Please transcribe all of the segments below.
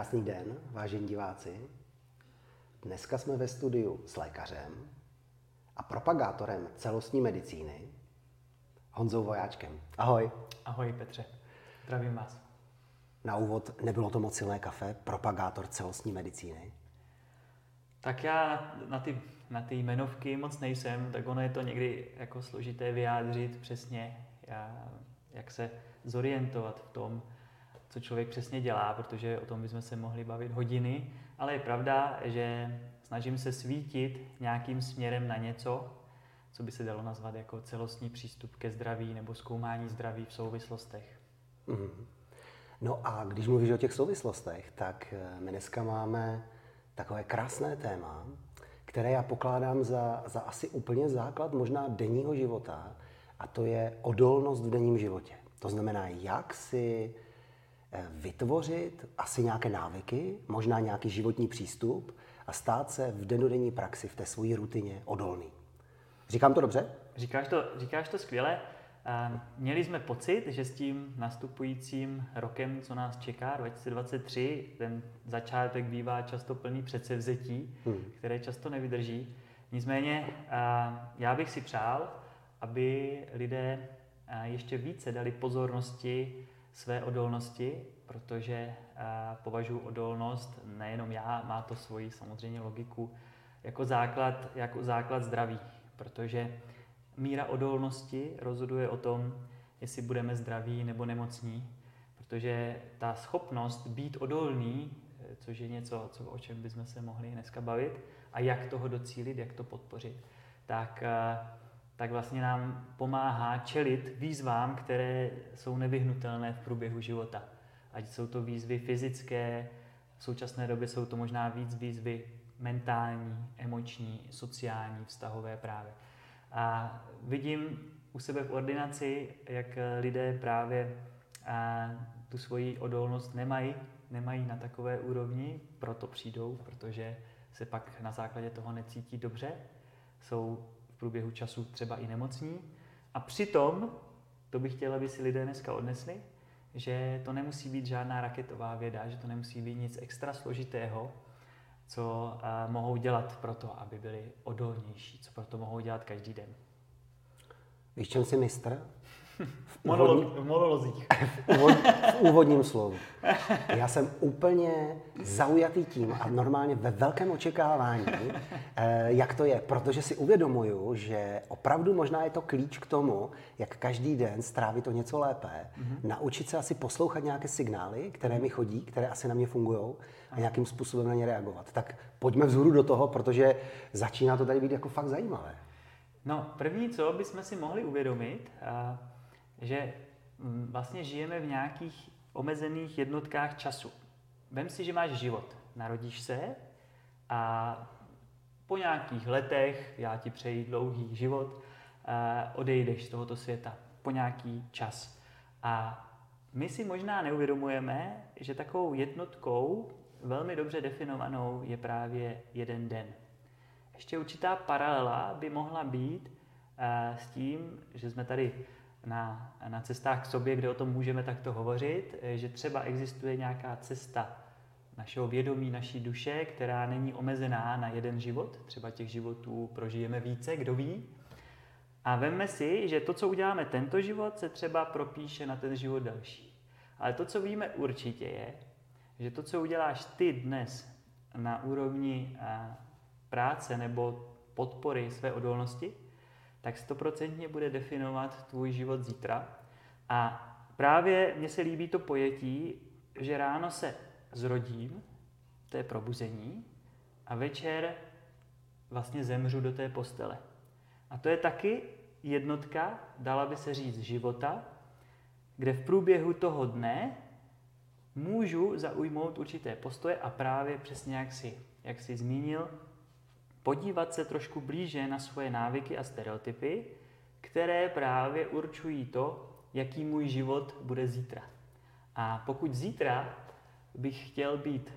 Krásný den, vážení diváci. Dneska jsme ve studiu s lékařem a propagátorem celostní medicíny Honzou Vojáčkem. Ahoj. Ahoj Petře, zdravím vás. Na úvod, nebylo to moc silné kafe, propagátor celostní medicíny? Tak já na ty jmenovky moc nejsem, tak ono je to někdy jako složité vyjádřit přesně, jak se zorientovat v tom, co člověk přesně dělá, protože o tom bychom se mohli bavit hodiny, ale je pravda, že snažím se svítit nějakým směrem na něco, co by se dalo nazvat jako celostní přístup ke zdraví nebo zkoumání zdraví v souvislostech. No a když mluvíš o těch souvislostech, tak my dneska máme takové krásné téma, které já pokládám za asi úplně základ možná denního života, a to je odolnost v denním životě. To znamená, jak si vytvořit asi nějaké návyky, možná nějaký životní přístup a stát se v dennodenní praxi, v té svojí rutině odolný. Říkám to dobře? Říkáš to skvěle. Měli jsme pocit, že s tím nastupujícím rokem, co nás čeká, 2023, ten začátek bývá často plný předsevzetí, které často nevydrží. Nicméně já bych si přál, aby lidé ještě více dali pozornosti své odolnosti, protože považuji odolnost, nejenom já, má to svoji samozřejmě logiku, jako základ zdraví, protože míra odolnosti rozhoduje o tom, jestli budeme zdraví nebo nemocní, protože ta schopnost být odolný, což je něco, o čem bychom se mohli dneska bavit, a jak toho docílit, jak to podpořit, tak vlastně nám pomáhá čelit výzvám, které jsou nevyhnutelné v průběhu života. Ať jsou to výzvy fyzické, v současné době jsou to možná víc výzvy mentální, emoční, sociální, vztahové právě. A vidím u sebe v ordinaci, jak lidé právě tu svoji odolnost nemají na takové úrovni, proto přijdou, protože se pak na základě toho necítí dobře, jsou v průběhu času třeba i nemocní. A přitom, to bych chtěl, aby si lidé dneska odnesli, že to nemusí být žádná raketová věda, že to nemusí být nic extra složitého, co mohou dělat pro to, aby byli odolnější, co pro to mohou dělat každý den. Víš, čem jsi mistr? V monolozích. V úvodním slovu. Já jsem úplně zaujatý tím a normálně ve velkém očekávání, jak to je, protože si uvědomuju, že opravdu možná je to klíč k tomu, jak každý den strávit to něco lépe, naučit se asi poslouchat nějaké signály, které mi chodí, které asi na mě fungují a nějakým způsobem na ně reagovat. Tak pojďme vzhůru do toho, protože začíná to tady být jako fakt zajímavé. No, první, co bychom si mohli uvědomit, že vlastně žijeme v nějakých omezených jednotkách času. Vem si, že máš život. Narodíš se a po nějakých letech, já ti přeji dlouhý život, odejdeš z tohoto světa po nějaký čas. A my si možná neuvědomujeme, že takovou jednotkou, velmi dobře definovanou, je právě jeden den. Ještě určitá paralela by mohla být s tím, že jsme tady na cestách k sobě, kde o tom můžeme takto hovořit, že třeba existuje nějaká cesta našeho vědomí, naší duše, která není omezená na jeden život. Třeba těch životů prožijeme více, kdo ví. A vemme si, že to, co uděláme tento život, se třeba propíše na ten život další. Ale to, co víme určitě, je, že to, co uděláš ty dnes na úrovni práce nebo podpory své odolnosti, tak 100% bude definovat tvůj život zítra. A právě mně se líbí to pojetí, že ráno se zrodím, to je probuzení, a večer vlastně zemřu do té postele. A to je taky jednotka, dala by se říct, života, kde v průběhu toho dne můžu zaujmout určité postoje a právě přesně jak jsi zmínil, podívat se trošku blíže na svoje návyky a stereotypy, které právě určují to, jaký můj život bude zítra. A pokud zítra bych chtěl být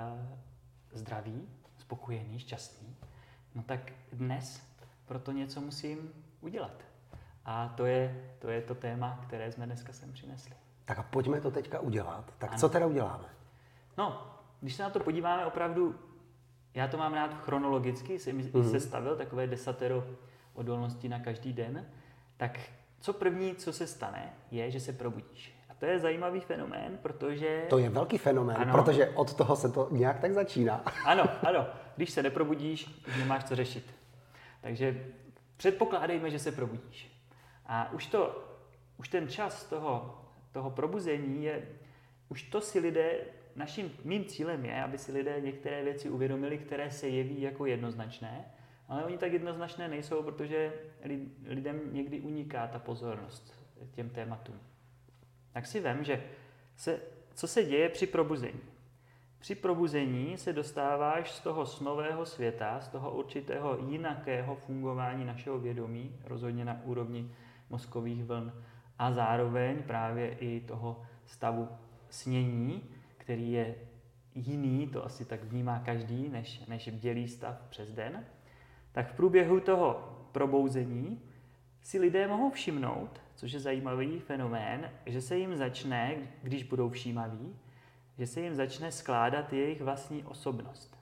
zdravý, spokojený, šťastný, no tak dnes proto něco musím udělat. A to je to téma, které jsme dneska sem přinesli. Tak a pojďme to teďka udělat. Tak ano. Co teda uděláme? No, když se na to podíváme opravdu, já to mám rád chronologicky, jsem sestavil takové desatero odolností na každý den, tak co první, co se stane, je, že se probudíš. A to je zajímavý fenomén, protože... To je velký fenomén, ano, protože od toho se to nějak tak začíná. Ano. Když se neprobudíš, už nemáš co řešit. Takže předpokládejme, že se probudíš. A už ten čas toho probuzení je, už to si lidé, mým cílem je, aby si lidé některé věci uvědomili, které se jeví jako jednoznačné, ale oni tak jednoznačné nejsou, protože lidem někdy uniká ta pozornost těm tématům. Tak si vem, že co se děje při probuzení. Při probuzení se dostáváš z toho snového světa, z toho určitého jinakého fungování našeho vědomí, rozhodně na úrovni mozkových vln, a zároveň právě i toho stavu snění, který je jiný, to asi tak vnímá každý, než bdělý stav přes den. Tak v průběhu toho probouzení si lidé mohou všimnout, což je zajímavý fenomén, že se jim začne, když budou všímaví, že se jim začne skládat jejich vlastní osobnost.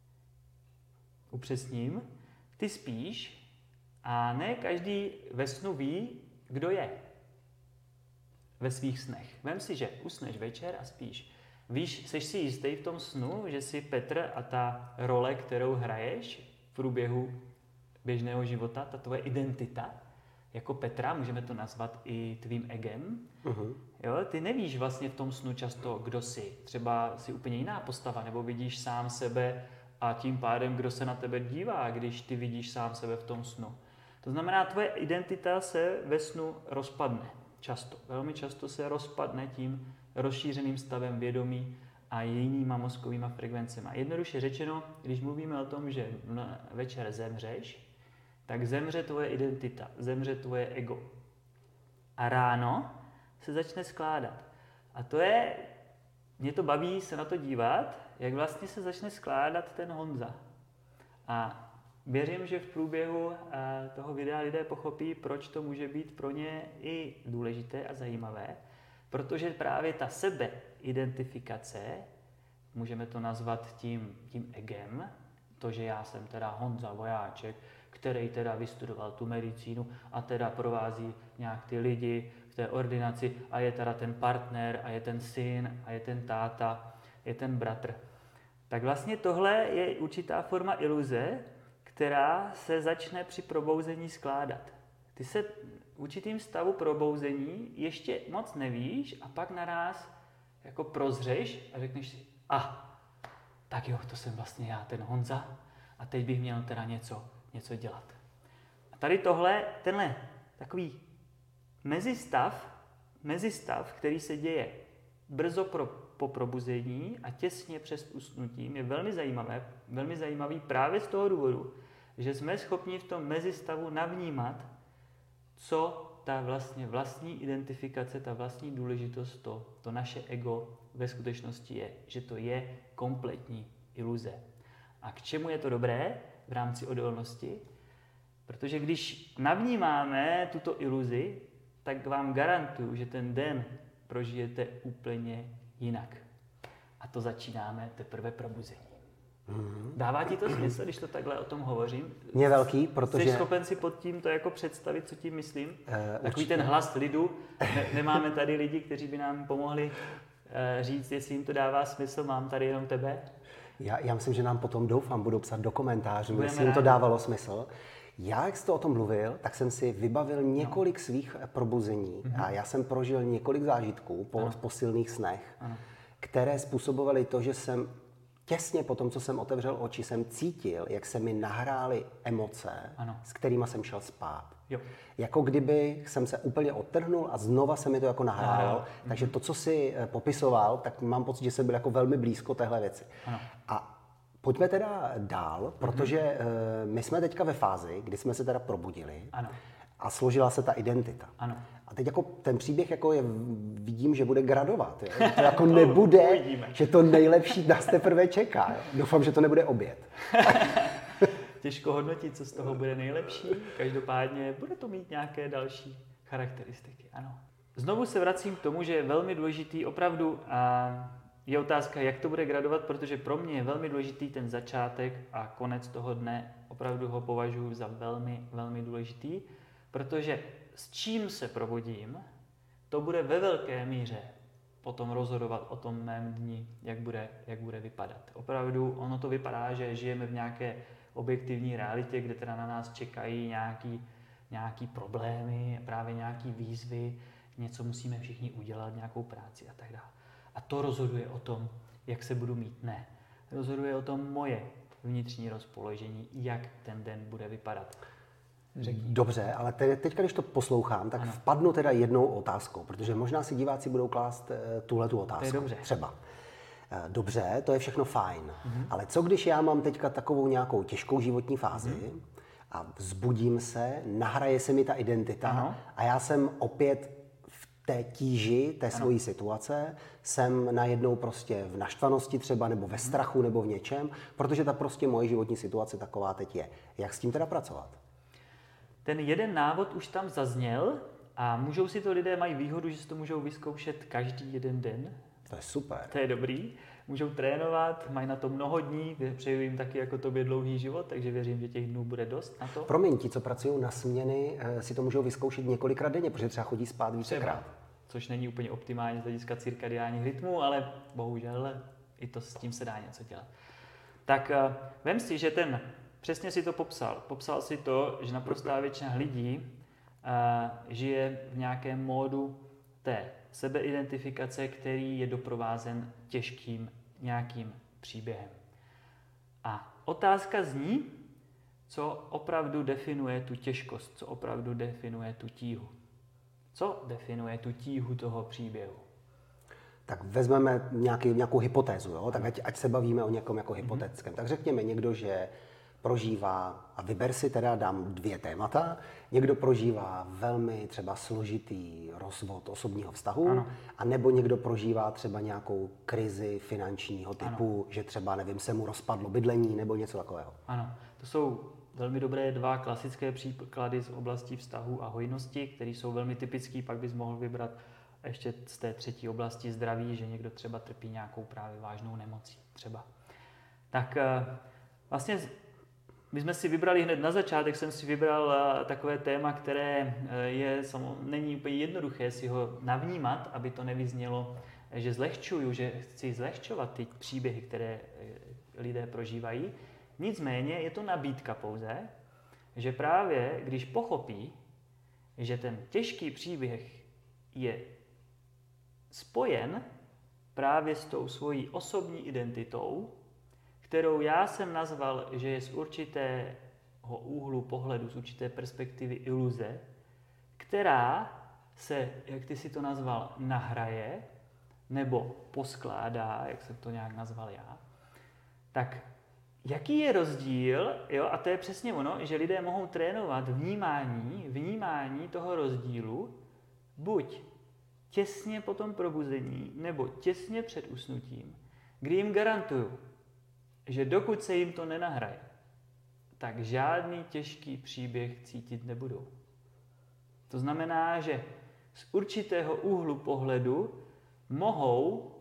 Upřesním, ty spíš a ne každý ve snu ví, kdo je ve svých snech. Vem si, že usneš večer a spíš. Víš, seš si jistý v tom snu, že jsi Petr a ta role, kterou hraješ v průběhu běžného života, ta tvoje identita, jako Petra, můžeme to nazvat i tvým egem. Jo, ty nevíš vlastně v tom snu často, kdo jsi. Třeba jsi úplně jiná postava, nebo vidíš sám sebe a tím pádem, kdo se na tebe dívá, když ty vidíš sám sebe v tom snu. To znamená, tvoje identita se ve snu rozpadne. Často. Velmi často se rozpadne tím rozšířeným stavem vědomí a jinýma mozkovýma frekvencemi. Jednoduše řečeno, když mluvíme o tom, že večer zemřeš, tak zemře tvoje identita, zemře tvoje ego. A ráno se začne skládat. A mě to baví se na to dívat, jak vlastně se začne skládat ten Honza. A věřím, že v průběhu toho videa lidé pochopí, proč to může být pro ně i důležité a zajímavé, protože právě ta sebeidentifikace, můžeme to nazvat tím egem, to, že já jsem teda Honza Vojáček, který teda vystudoval tu medicínu a teda provází nějak ty lidi v té ordinaci a je teda ten partner a je ten syn a je ten táta, je ten bratr. Tak vlastně tohle je určitá forma iluze, která se začne při probouzení skládat. Ty se v určitým stavu probouzení ještě moc nevíš a pak naráz jako prozřeš a řekneš si, tak jo, to jsem vlastně já, ten Honza, a teď bych měl teda něco dělat. A tady tenhle takový mezistav, který se děje brzo po probuzení a těsně před usnutím, je velmi zajímavý právě z toho důvodu, že jsme schopni v tom mezistavu navnímat, co ta vlastní identifikace, ta vlastní důležitost, to naše ego ve skutečnosti je. Že to je kompletní iluze. A k čemu je to dobré v rámci odolnosti? Protože když navnímáme tuto iluzi, tak vám garantuju, že ten den prožijete úplně jinak. A to začínáme teprve probuzení. Dává ti to smysl, když to takhle o tom hovořím? Mě velký, protože... Jsi schopen si pod tím to jako představit, co tím myslím? Takový ten hlas lidu. Nemáme tady lidi, kteří by nám pomohli říct, jestli jim to dává smysl, mám tady jenom tebe? Já myslím, že nám potom budou psát do komentářů, jestli jim to dávalo smysl. Já, jak jsi to o tom mluvil, tak jsem si vybavil několik svých probuzení a já jsem prožil několik zážitků po silných snech, které způsobovaly to, že jsem těsně po tom, co jsem otevřel oči, jsem cítil, jak se mi nahrály emoce, s kterými jsem šel spát. Jo. Jako kdyby jsem se úplně odtrhnul a znova se mi to jako nahrálo. Takže to, co jsi popisoval, tak mám pocit, že jsem byl jako velmi blízko téhle věci. Ano. A pojďme teda dál, protože my jsme teďka ve fázi, kdy jsme se teda probudili a složila se ta identita. Ano. A teď jako ten příběh jako vidím, že bude gradovat. Jo? To jako nebude, uvidíme. Že to nejlepší nás teprve čeká. Jo? Doufám, že to nebude oběd. Těžko hodnotit, co z toho bude nejlepší. Každopádně bude to mít nějaké další charakteristiky. Ano. Znovu se vracím k tomu, že je velmi důležitý opravdu je otázka, jak to bude gradovat, protože pro mě je velmi důležitý ten začátek a konec toho dne. Opravdu ho považuji za velmi, velmi důležitý, protože s čím se probudím, to bude ve velké míře potom rozhodovat o tom mém dni, jak bude vypadat. Opravdu ono to vypadá, že žijeme v nějaké objektivní realitě, kde teda na nás čekají nějaký problémy, právě nějaký výzvy, něco musíme všichni udělat, nějakou práci a tak dále. A to rozhoduje o tom, jak se budu mít. Ne. Rozhoduje o tom moje vnitřní rozpoložení, jak ten den bude vypadat. Řekni. Dobře, ale teď, když to poslouchám, tak vpadnu teda jednou otázkou, protože možná si diváci budou klást tuhletu otázku. To je dobře. Třeba. Dobře, to je všechno fajn, ale co když já mám teďka takovou nějakou těžkou životní fázi a vzbudím se, nahraje se mi ta identita a já jsem opět v té tíži té svojí situace, jsem najednou prostě v naštvanosti třeba, nebo ve strachu, nebo v něčem, protože ta prostě moje životní situace taková teď je. Jak s tím teda pracovat? Ten jeden návod už tam zazněl a můžou si to lidé, mají výhodu, že si to můžou vyzkoušet každý jeden den. To je super. To je dobrý. Můžou trénovat, mají na to mnoho dní, přeju jim taky jako tobě dlouhý život, takže věřím, že těch dnů bude dost na to. Promiň, ti, co pracují na směny, si to můžou vyzkoušet několikrát denně, protože třeba chodí spát vícekrát. Což není úplně optimální z hlediska cirkadiálních rytmů, ale bohužel i to s tím se dá něco dělat. Tak vem si, že přesně si to popsal. Popsal si to, že naprostá většina lidí žije v nějakém módu té sebeidentifikace, který je doprovázen těžkým nějakým příběhem. A otázka zní, co opravdu definuje tu těžkost, co opravdu definuje tu tíhu. Co definuje tu tíhu toho příběhu? Tak vezmeme nějakou hypotézu, jo? Tak ať se bavíme o někom jako hypotetickém. Tak řekněme někdo, že prožívá, a vyber si teda, dám 2 témata, někdo prožívá velmi třeba složitý rozvod osobního vztahu, a nebo někdo prožívá třeba nějakou krizi finančního typu, že třeba, nevím, se mu rozpadlo bydlení nebo něco takového. Ano, to jsou velmi dobré 2 klasické příklady z oblasti vztahu a hojnosti, které jsou velmi typický, pak bys mohl vybrat ještě z té 3. oblasti zdraví, že někdo třeba trpí nějakou právě vážnou nemocí třeba. Tak vlastně my jsme si vybrali hned na začátek, jsem si vybral takové téma, které není úplně jednoduché si ho navnímat, aby to nevyznělo, že zlehčuju, že chci zlehčovat ty příběhy, které lidé prožívají. Nicméně je to nabídka pouze, že právě když pochopí, že ten těžký příběh je spojen právě s tou svojí osobní identitou, kterou já jsem nazval, že je z určitého úhlu pohledu, z určité perspektivy iluze, která se, jak ty si to nazval, nahraje nebo poskládá, jak jsem to nějak nazval já, tak jaký je rozdíl, jo, a to je přesně ono, že lidé mohou trénovat vnímání toho rozdílu buď těsně po tom probuzení nebo těsně před usnutím, kdy jim garantuju, že dokud se jim to nenahraje, tak žádný těžký příběh cítit nebudou. To znamená, že z určitého úhlu pohledu mohou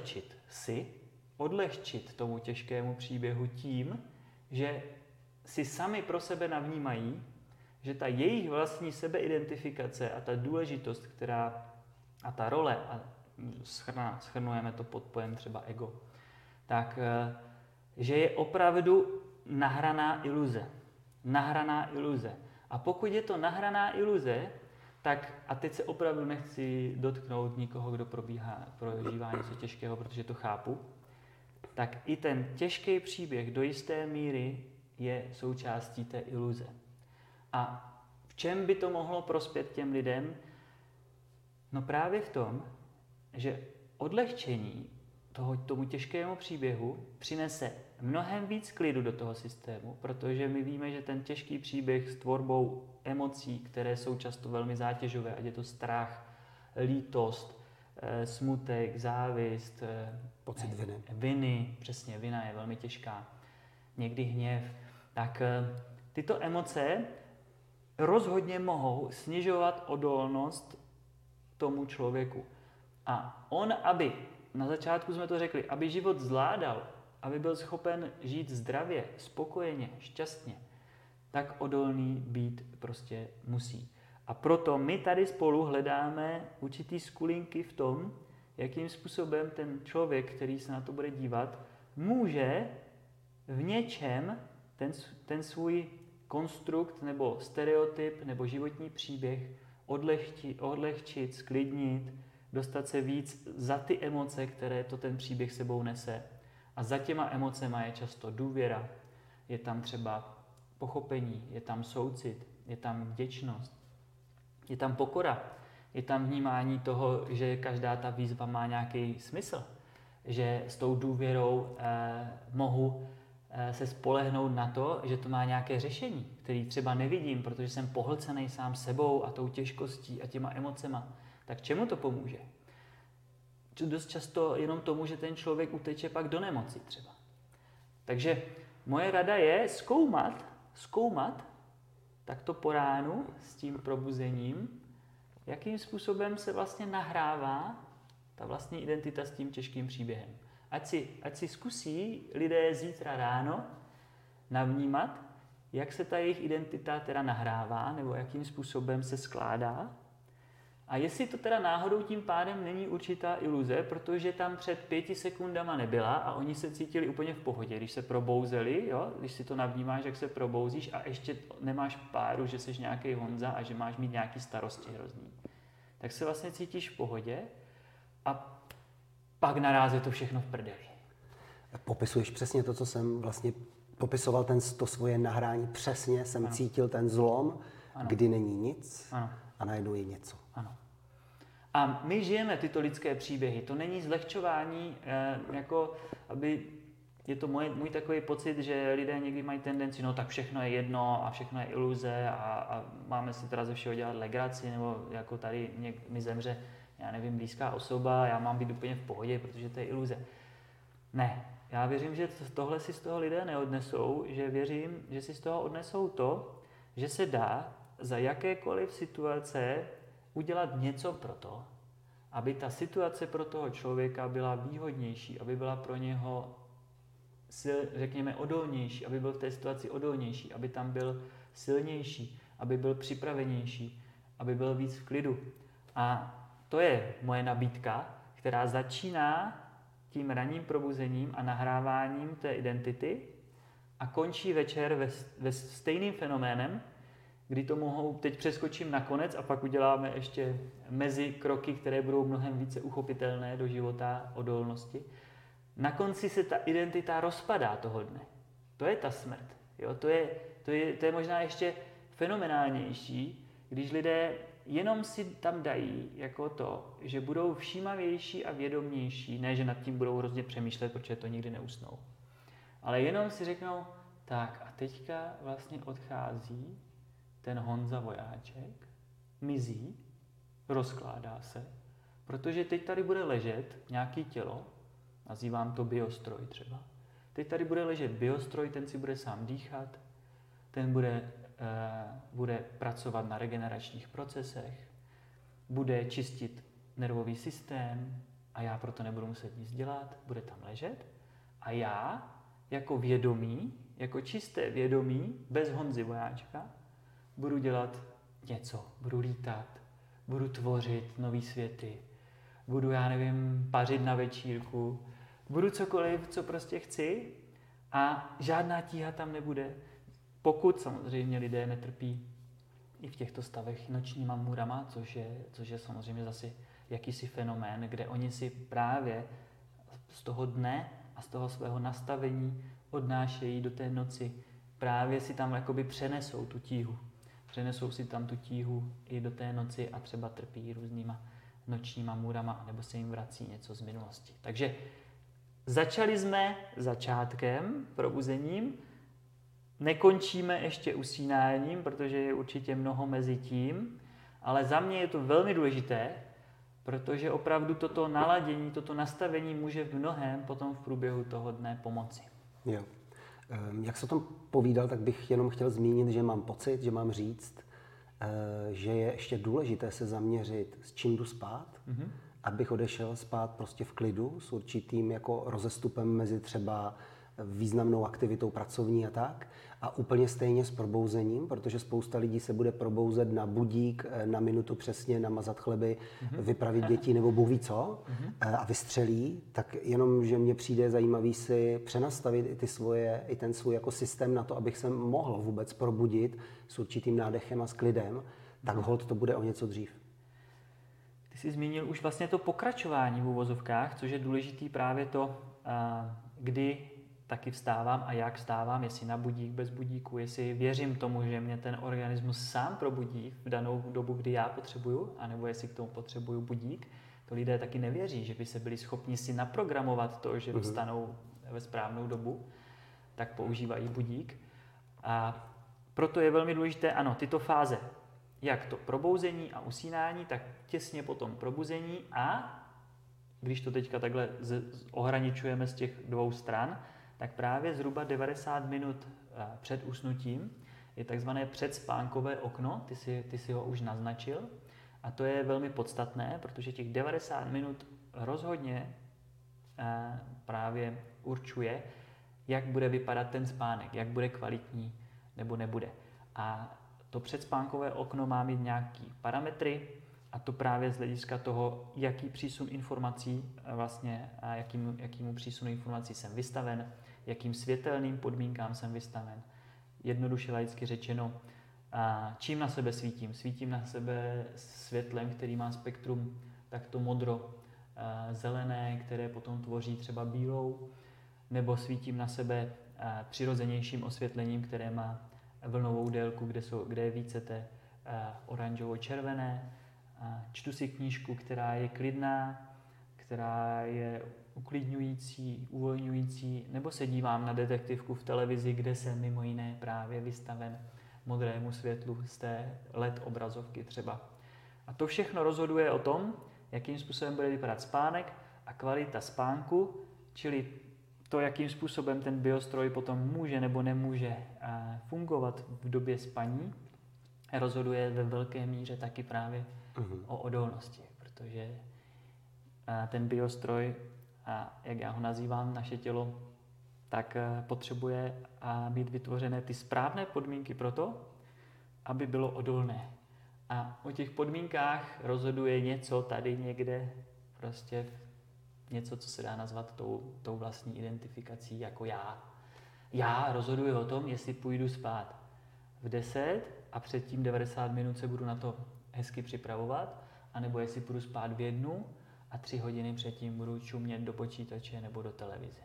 odlehčit tomu těžkému příběhu tím, že si sami pro sebe navnímají, že ta jejich vlastní sebeidentifikace a ta důležitost, a ta role, a shrnujeme to pod pojem třeba ego, tak že je opravdu nahraná iluze. A pokud je to nahraná iluze, tak, a teď se opravdu nechci dotknout nikoho, kdo prožívá něco těžkého, protože to chápu, tak i ten těžký příběh do jisté míry je součástí té iluze. A v čem by to mohlo prospět těm lidem? No právě v tom, že odlehčení tomu těžkému příběhu přinese mnohem víc klidu do toho systému, protože my víme, že ten těžký příběh s tvorbou emocí, které jsou často velmi zátěžové, ať je to strach, lítost, smutek, závist, pocit viny, přesně, vina je velmi těžká, někdy hněv, tak tyto emoce rozhodně mohou snižovat odolnost tomu člověku. A on, aby na začátku jsme to řekli, aby život zvládal, aby byl schopen žít zdravě, spokojeně, šťastně, tak odolný být prostě musí. A proto my tady spolu hledáme určitý skulinky v tom, jakým způsobem ten člověk, který se na to bude dívat, může v něčem ten svůj konstrukt nebo stereotyp nebo životní příběh odlehčit, sklidnit, dostat se víc za ty emoce, které to ten příběh sebou nese. A za těma emocema je často důvěra, je tam třeba pochopení, je tam soucit, je tam vděčnost, je tam pokora, je tam vnímání toho, že každá ta výzva má nějaký smysl, že s tou důvěrou mohu se spolehnout na to, že to má nějaké řešení, který třeba nevidím, protože jsem pohlcený sám sebou a tou těžkostí a těma emocema. Tak čemu to pomůže? Dost často jenom tomu, že ten člověk uteče pak do nemoci třeba. Takže moje rada je zkoumat takto po ránu s tím probuzením, jakým způsobem se vlastně nahrává ta vlastní identita s tím těžkým příběhem. Ať si zkusí lidé zítra ráno navnímat, jak se ta jejich identita teda nahrává, nebo jakým způsobem se skládá. A jestli to teda náhodou tím pádem není určitá iluze, protože tam před 5 sekundama nebyla a oni se cítili úplně v pohodě, když se probouzeli, jo? Když si to navnímáš, jak se probouzíš a ještě nemáš páru, že jsi nějaký Honza a že máš mít nějaký starosti hrozný. Tak se vlastně cítíš v pohodě a pak naráz je to všechno v prdeli. Popisuješ přesně to, co jsem vlastně popisoval, to svoje nahrání. Přesně jsem cítil ten zlom, kdy není nic a najednou je něco. Ano. A my žijeme tyto lidské příběhy. To není zlehčování, jako aby... Je to můj takový pocit, že lidé někdy mají tendenci, no tak všechno je jedno a všechno je iluze a máme si teda ze všeho dělat legraci, nebo jako tady mi zemře, já nevím, blízká osoba, já mám být úplně v pohodě, protože to je iluze. Ne, já věřím, že tohle si z toho lidé neodnesou, že věřím, že si z toho odnesou to, že se dá za jakékoliv situace udělat něco pro to, aby ta situace pro toho člověka byla výhodnější, aby byla pro něho řekněme odolnější, aby byl v té situaci odolnější, aby tam byl silnější, aby byl připravenější, aby byl víc v klidu. A to je moje nabídka, která začíná tím ranním probuzením a nahráváním té identity a končí večer ve stejným fenoménem, kdy to teď přeskočím na konec a pak uděláme ještě mezi kroky, které budou mnohem více uchopitelné do života odolnosti. Na konci se ta identita rozpadá toho dne. To je ta smrt. Jo? To je možná ještě fenomenálnější, když lidé jenom si tam dají jako to, že budou všímavější a vědomější, ne, že nad tím budou hrozně přemýšlet, protože to nikdy neusnou. Ale jenom si řeknou, tak a teďka vlastně odchází ten Honza vojáček, mizí, rozkládá se, protože teď tady bude ležet nějaký tělo, nazývám to biostroj třeba. Teď tady bude ležet biostroj, ten si bude sám dýchat, ten bude pracovat na regeneračních procesech, bude čistit nervový systém a já proto nebudu muset nic dělat, bude tam ležet. A já jako vědomí, jako čisté vědomí, bez Honzy vojáčka, budu dělat něco, budu lítat, budu tvořit nový světy, budu, já nevím, pařit na večírku, budu cokoliv, co prostě chci a žádná tíha tam nebude. Pokud samozřejmě lidé netrpí i v těchto stavech nočníma můrama, což je samozřejmě zase jakýsi fenomén, kde oni si právě z toho dne a z toho svého nastavení odnášejí do té noci. Právě si tam jakoby přenesou tu tíhu. Přenesou si tam tu tíhu i do té noci a třeba trpí různýma nočníma můrama, nebo se jim vrací něco z minulosti. Takže začali jsme začátkem, probuzením, nekončíme ještě usínáním, protože je určitě mnoho mezi tím, ale za mě je to velmi důležité, protože opravdu toto naladění, toto nastavení může v mnohém potom v průběhu toho dne pomoci. Jo. Jak se o tom povídal, tak bych jenom chtěl zmínit, že mám pocit, že mám říct, že je ještě důležité se zaměřit, s čím jdu spát abych odešel spát prostě v klidu s určitým jako rozestupem mezi třeba významnou aktivitou pracovní a tak. A úplně stejně s probouzením, protože spousta lidí se bude probouzet na budík, na minutu přesně, namazat chleby, vypravit děti nebo Bůh ví co a vystřelí, tak jenom, že mně přijde zajímavý si přenastavit i ten svůj jako systém na to, abych se mohl vůbec probudit s určitým nádechem a s klidem, tak holt to bude o něco dřív. Ty jsi zmínil už vlastně to pokračování v uvozovkách, což je důležitý právě to, kdy taky vstávám a jak vstávám, jestli na budík, bez budíku, jestli věřím tomu, že mě ten organismus sám probudí v danou dobu, kdy já potřebuju, anebo jestli k tomu potřebuju budík. To lidé taky nevěří, že by se byli schopni si naprogramovat to, že vstanou ve správnou dobu, tak používají budík. A proto je velmi důležité, ano, tyto fáze, jak to probouzení a usínání, tak těsně potom probuzení a když to teďka takhle ohraničujeme z těch dvou stran, tak právě zhruba 90 minut před usnutím je takzvané předspánkové okno, ty si ho už naznačil. A to je velmi podstatné, protože těch 90 minut rozhodně právě určuje, jak bude vypadat ten spánek, jak bude kvalitní nebo nebude. A to předspánkové okno má mít nějaký parametry, a to právě z hlediska toho, jaký přísun informací vlastně a jakýmu přísunu informací jsem vystaven, jakým světelným podmínkám jsem vystaven. Jednoduše laicky řečeno, čím na sebe svítím. Svítím na sebe světlem, který má spektrum takto modro zelené, které potom tvoří třeba bílou, nebo svítím na sebe přirozenějším osvětlením, které má vlnovou délku, kde je více té oranžovo-červené. Čtu si knížku, která je klidná, která je uklidňující, uvolňující, nebo se dívám na detektivku v televizi, kde jsem mimo jiné právě vystaven modrému světlu z té LED obrazovky třeba. A to všechno rozhoduje o tom, jakým způsobem bude vypadat spánek a kvalita spánku, čili to, jakým způsobem ten biostroj potom může nebo nemůže fungovat v době spaní, rozhoduje ve velké míře taky právě o odolnosti, protože ten biostroj, jak já ho nazývám, naše tělo, tak potřebuje mít vytvořené ty správné podmínky pro to, aby bylo odolné. A o těch podmínkách rozhoduje něco tady někde, prostě něco, co se dá nazvat tou vlastní identifikací jako já. Já rozhoduji o tom, jestli půjdu spát v 10 a předtím 90 minut se budu na to hezky připravovat, anebo jestli půjdu spát v 1 a 3 hodiny předtím budu čumět do počítače nebo do televize.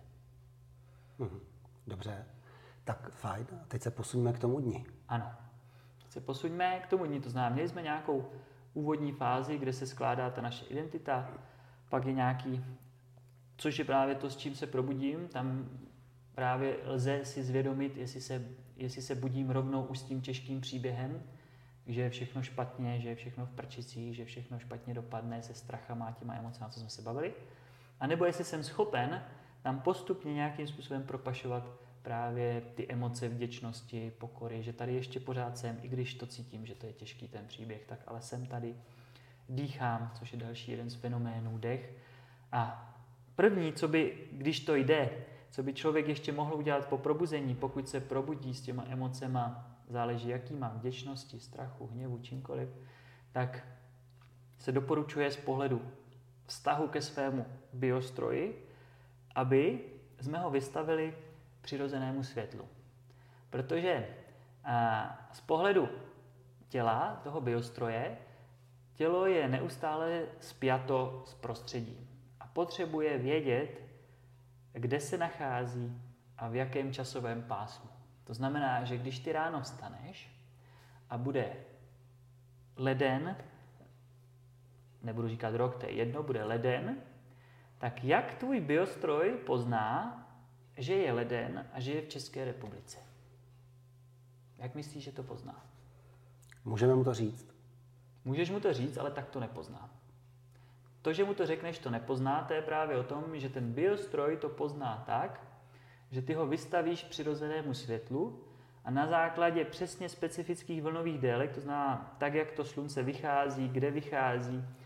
Dobře, tak fajn. Teď se posuňme k tomu dni. Ano, teď se posuňme k tomu dni. To znamená, měli jsme nějakou úvodní fázi, kde se skládá ta naše identita, pak je nějaký, což je právě to, s čím se probudím, tam právě lze si zvědomit, jestli se budím rovnou už s tím těžkým příběhem, že je všechno špatně, že je všechno v prčicích, že všechno špatně dopadne se strachama a těma emocema, co jsme se bavili. A nebo jestli jsem schopen tam postupně nějakým způsobem propašovat právě ty emoce vděčnosti, pokory, že tady ještě pořád jsem, i když to cítím, že to je těžký ten příběh, tak ale jsem tady, dýchám, což je další jeden z fenoménů, dech. A první, když to jde, co by člověk ještě mohl udělat po probuzení, pokud se probudí s těma emocema, záleží jaký má, vděčnosti, strachu, hněvu, čímkoliv, tak se doporučuje z pohledu vztahu ke svému biostroji, aby jsme ho vystavili přirozenému světlu. Protože z pohledu těla, toho biostroje, tělo je neustále spjato s prostředím a potřebuje vědět, kde se nachází a v jakém časovém pásmu. To znamená, že když ty ráno vstaneš a bude leden, nebudu říkat rok, to je jedno, bude leden, tak jak tvůj biostroj pozná, že je leden a že je v České republice? Jak myslíš, že to pozná? Můžeme mu to říct? Můžeš mu to říct, ale tak to nepozná. To, že mu to řekneš, to nepozná, to je právě o tom, že ten biostroj to pozná tak, že ty ho vystavíš přirozenému světlu a na základě přesně specifických vlnových délek, to znamená tak, jak to slunce vychází, kde vychází,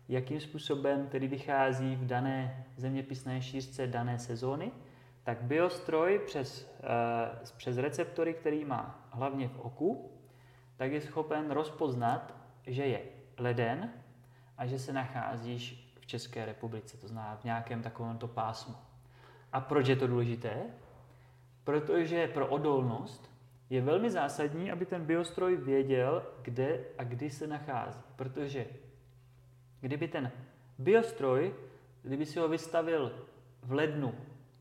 jakým způsobem tedy vychází v dané zeměpisné šířce dané sezóny, tak biostroj přes receptory, který má hlavně v oku, tak je schopen rozpoznat, že je leden a že se nacházíš v České republice, to znamená v nějakém takovémto pásmu. A proč je to důležité? Protože pro odolnost je velmi zásadní, aby ten biostroj věděl, kde a kdy se nachází. Protože kdyby ten biostroj, kdyby si ho vystavil v lednu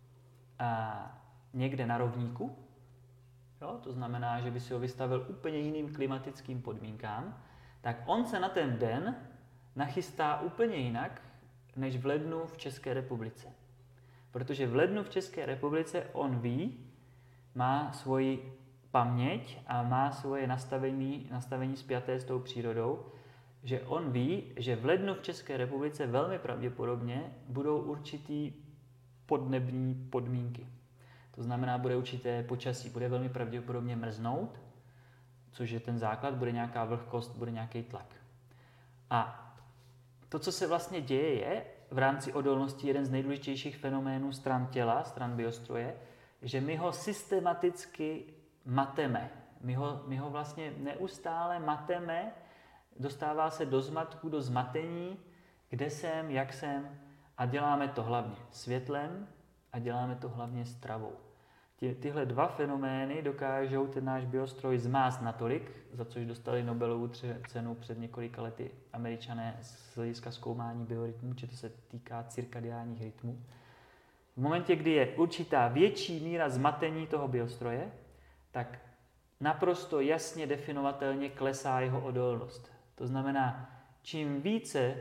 někde na rovníku, jo, to znamená, že by si ho vystavil úplně jiným klimatickým podmínkám, tak on se na ten den nachystá úplně jinak, než v lednu v České republice. Protože v lednu v České republice on ví, má svoji paměť a má svoje nastavení spjaté s tou přírodou, že on ví, že v lednu v České republice velmi pravděpodobně budou určitý podnební podmínky. To znamená, bude určité počasí, bude velmi pravděpodobně mrznout, což je ten základ, bude nějaká vlhkost, bude nějaký tlak. A to, co se vlastně děje, je v rámci odolnosti jeden z nejdůležitějších fenoménů stran těla, stran biostroje, že my ho systematicky mateme. My ho vlastně neustále mateme, dostává se do zmatku, do zmatení, kde jsem, jak jsem, a děláme to hlavně světlem a děláme to hlavně stravou. Tyhle dva fenomény dokážou ten náš biostroj zmást natolik, za což dostali Nobelovu cenu před několika lety Američané z hlediska zkoumání biorytmů, či to se týká cirkadiálních rytmů. V momentě, kdy je určitá větší míra zmatení toho biostroje, tak naprosto jasně definovatelně klesá jeho odolnost. To znamená, čím více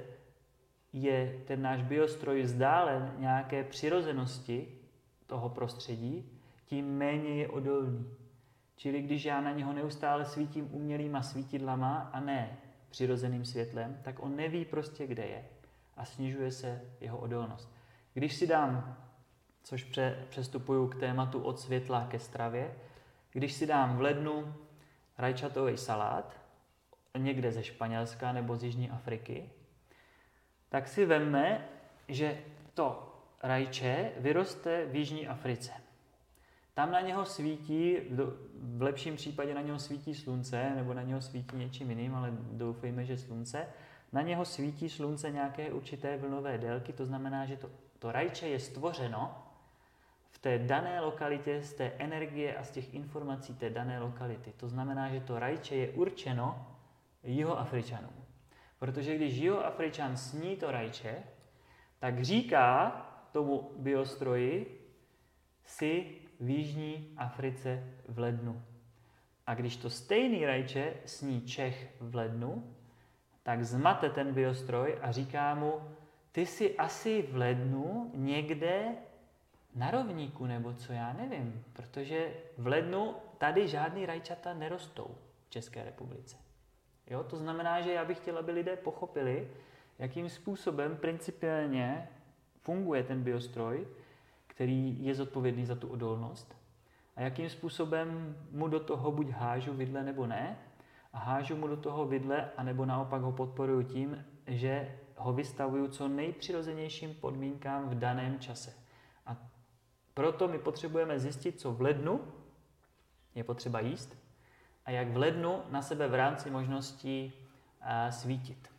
je ten náš biostroj vzdálen nějaké přirozenosti toho prostředí, tím méně je odolný. Čili když já na něho neustále svítím umělýma svítidlama a ne přirozeným světlem, tak on neví prostě, kde je a snižuje se jeho odolnost. Když si dám, což přestupuju k tématu od světla ke stravě, když si dám v lednu rajčatový salát, někde ze Španělska nebo z Jižní Afriky, tak si vemme, že to rajče vyroste v Jižní Africe. Tam na něho svítí, v lepším případě na něho svítí slunce, nebo na něho svítí něčím jiným, ale doufejme, že slunce. Na něho svítí slunce nějaké určité vlnové délky, to znamená, že to rajče je stvořeno v té dané lokalitě z té energie a z těch informací té dané lokality. To znamená, že to rajče je určeno Jihoafričanům. Protože když Jihoafričan sní to rajče, tak říká tomu biostroji, si v Jižní Africe v lednu. A když to stejný rajče sní Čech v lednu, tak zmate ten biostroj a říká mu, ty jsi asi v lednu někde na rovníku, nebo co, já nevím, protože v lednu tady žádný rajčata nerostou v České republice. Jo? To znamená, že já bych chtěl, aby lidé pochopili, jakým způsobem principiálně funguje ten biostroj, který je zodpovědný za tu odolnost, a jakým způsobem mu do toho buď hážu vidle nebo ne, a hážu mu do toho vidle, anebo naopak ho podporuju tím, že ho vystavuju co nejpřirozenějším podmínkám v daném čase. A proto my potřebujeme zjistit, co v lednu je potřeba jíst a jak v lednu na sebe v rámci možností svítit.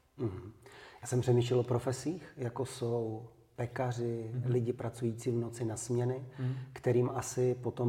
Já jsem přemýšlel o profesích, jako jsou pekaři, lidi pracující v noci na směny, kterým asi potom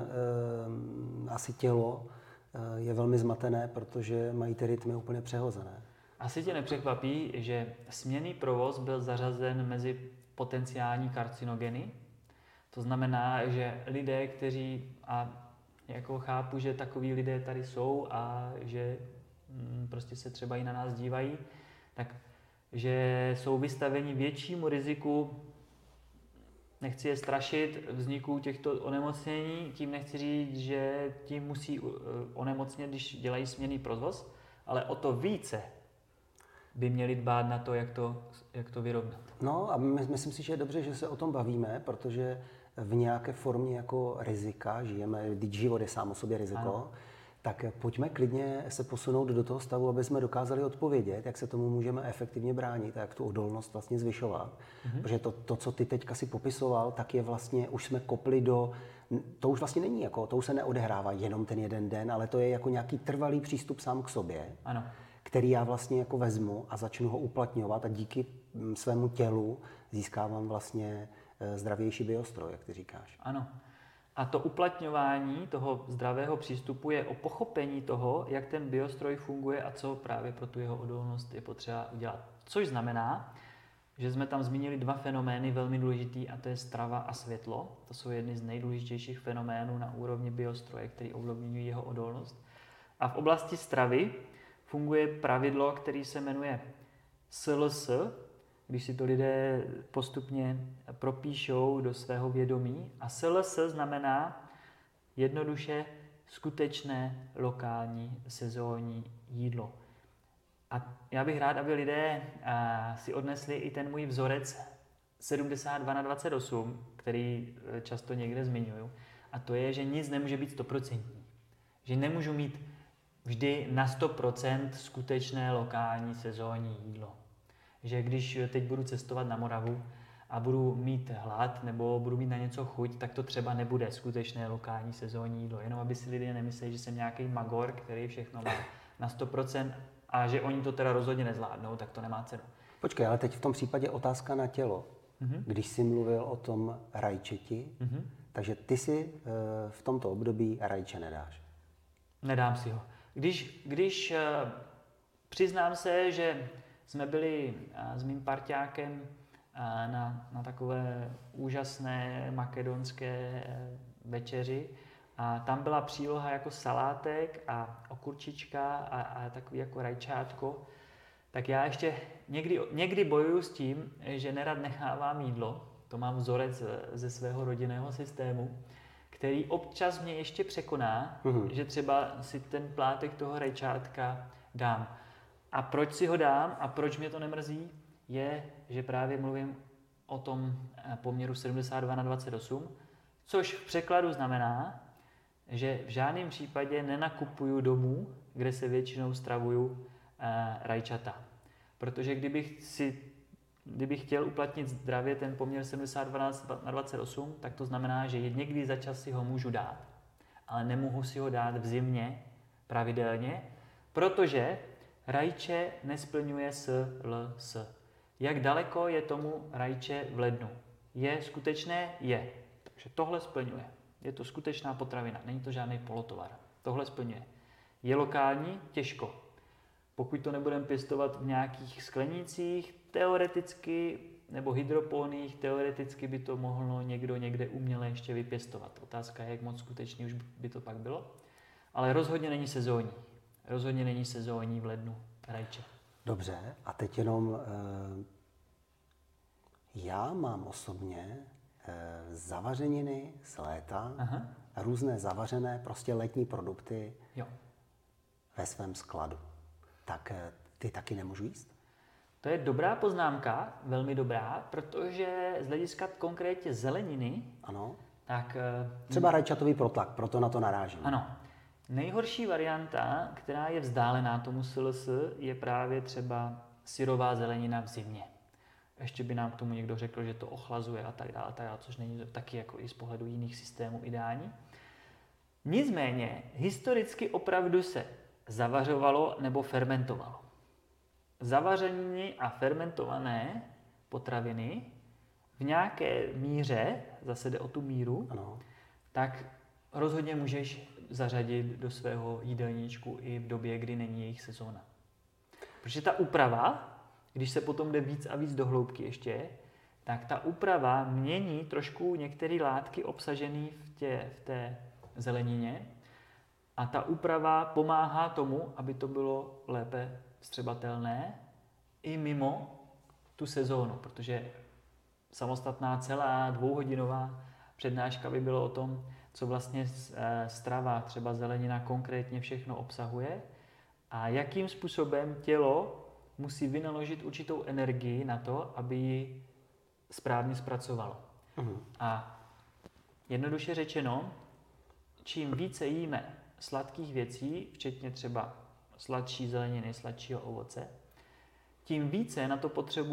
asi tělo je velmi zmatené, protože mají ty rytmy úplně přehozené. Asi tě nepřekvapí, že směnný provoz byl zařazen mezi potenciální karcinogeny. To znamená, že lidé, kteří, a jako chápu, že takoví lidé tady jsou a že prostě se třeba i na nás dívají, tak že jsou vystaveni většímu riziku, nechci je strašit, vzniku těchto onemocnění, tím nechci říct, že tím musí onemocnět, když dělají směnný provoz, ale o to více by měli dbát na to, jak to vyrovnat. No a myslím si, že je dobře, že se o tom bavíme, protože v nějaké formě jako rizika žijeme, když život je sám o sobě riziko, ano. Tak pojďme klidně se posunout do toho stavu, aby jsme dokázali odpovědět, jak se tomu můžeme efektivně bránit a jak tu odolnost vlastně zvyšovat. Protože to, co ty teďka si popisoval, tak je vlastně, už jsme kopli to už vlastně není to už se neodehrává jenom ten jeden den, ale to je jako nějaký trvalý přístup sám k sobě, Ano. který já vlastně jako vezmu a začnu ho uplatňovat a díky svému tělu získávám vlastně zdravější biostroj, jak ty říkáš. Ano. A to uplatňování toho zdravého přístupu je o pochopení toho, jak ten biostroj funguje a co právě pro tu jeho odolnost je potřeba udělat. Což znamená, že jsme tam zmínili 2 fenomény velmi důležitý, a to je strava a světlo. To jsou jedny z nejdůležitějších fenoménů na úrovni biostroje, který ovlivňují jeho odolnost. A v oblasti stravy funguje pravidlo, které se jmenuje SLS. Když si to lidé postupně propíšou do svého vědomí. A SLS znamená jednoduše skutečné lokální sezónní jídlo. A já bych rád, aby lidé si odnesli i ten můj vzorec 72/28, který často někde zmiňuju. A to je, že nic nemůže být 100%. Že nemůžu mít vždy na 100% skutečné lokální sezónní jídlo. Že když teď budu cestovat na Moravu a budu mít hlad nebo budu mít na něco chuť, tak to třeba nebude skutečné lokální sezónní jídlo. Jenom aby si lidé nemysleli, že jsem nějaký magor, který všechno má na 100% a že oni to teda rozhodně nezvládnou, tak to nemá cenu. Počkej, ale teď v tom případě otázka na tělo. Když jsi mluvil o tom rajčeti, takže ty si v tomto období rajče nedáš. Nedám si ho. Když přiznám se, že jsme byli s mým parťákem na takové úžasné makedonské večeři a tam byla příloha jako salátek a okurčička a takový jako rajčátko, tak já ještě někdy bojuju s tím, že nerad nechávám jídlo. To mám vzorec ze svého rodinného systému, který občas mě ještě překoná, že třeba si ten plátek toho rajčátka dám. A proč si ho dám a proč mě to nemrzí, je, že právě mluvím o tom poměru 72/28, což v překladu znamená, že v žádném případě nenakupuju domů, kde se většinou stravuju rajčata. Protože kdybych chtěl uplatnit zdravě ten poměr 72/28, tak to znamená, že někdy za čas si ho můžu dát, ale nemohu si ho dát v zimě pravidelně, protože rajče nesplňuje SLS. Jak daleko je tomu rajče v lednu? Je skutečné? Je. Takže tohle splňuje. Je to skutečná potravina, není to žádný polotovar. Tohle splňuje. Je lokální? Těžko. Pokud to nebudeme pěstovat v nějakých sklenících, teoreticky, nebo hydropónních, teoreticky by to mohlo někdo někde uměle ještě vypěstovat. Otázka je, jak moc skutečný už by to pak bylo. Ale rozhodně není sezónní. Rozhodně není sezónní v lednu rajče. Dobře, a teď jenom já mám osobně zavařeniny z léta, různé zavařené, prostě letní produkty ve svém skladu. Tak ty taky nemůžu jíst? To je dobrá poznámka, velmi dobrá, protože z hlediska konkrétně zeleniny, ano. Tak... Třeba rajčatový protlak, proto na to narážím. Ano. Nejhorší varianta, která je vzdálená tomu SLS, je právě třeba syrová zelenina v zimě. Ještě by nám k tomu někdo řekl, že to ochlazuje a tak dále, což není taky jako i z pohledu jiných systémů ideální. Nicméně, historicky opravdu se zavařovalo nebo fermentovalo. Zavařeniny a fermentované potraviny v nějaké míře, zase jde o tu míru, tak rozhodně můžeš zařadit do svého jídelníčku i v době, kdy není jejich sezóna. Protože ta úprava, když se potom jde víc a víc do hloubky ještě, tak ta úprava mění trošku některé látky obsažené v té zelenině a ta úprava pomáhá tomu, aby to bylo lépe vstřebatelné i mimo tu sezónu, protože samostatná celá 2hodinová přednáška by bylo o tom, co vlastně strava, třeba zelenina konkrétně všechno obsahuje a jakým způsobem tělo musí vynaložit určitou energii na to, aby ji správně zpracovalo. A jednoduše řečeno, čím více jíme sladkých věcí, včetně třeba sladší zeleniny, sladšího ovoce, tím více na to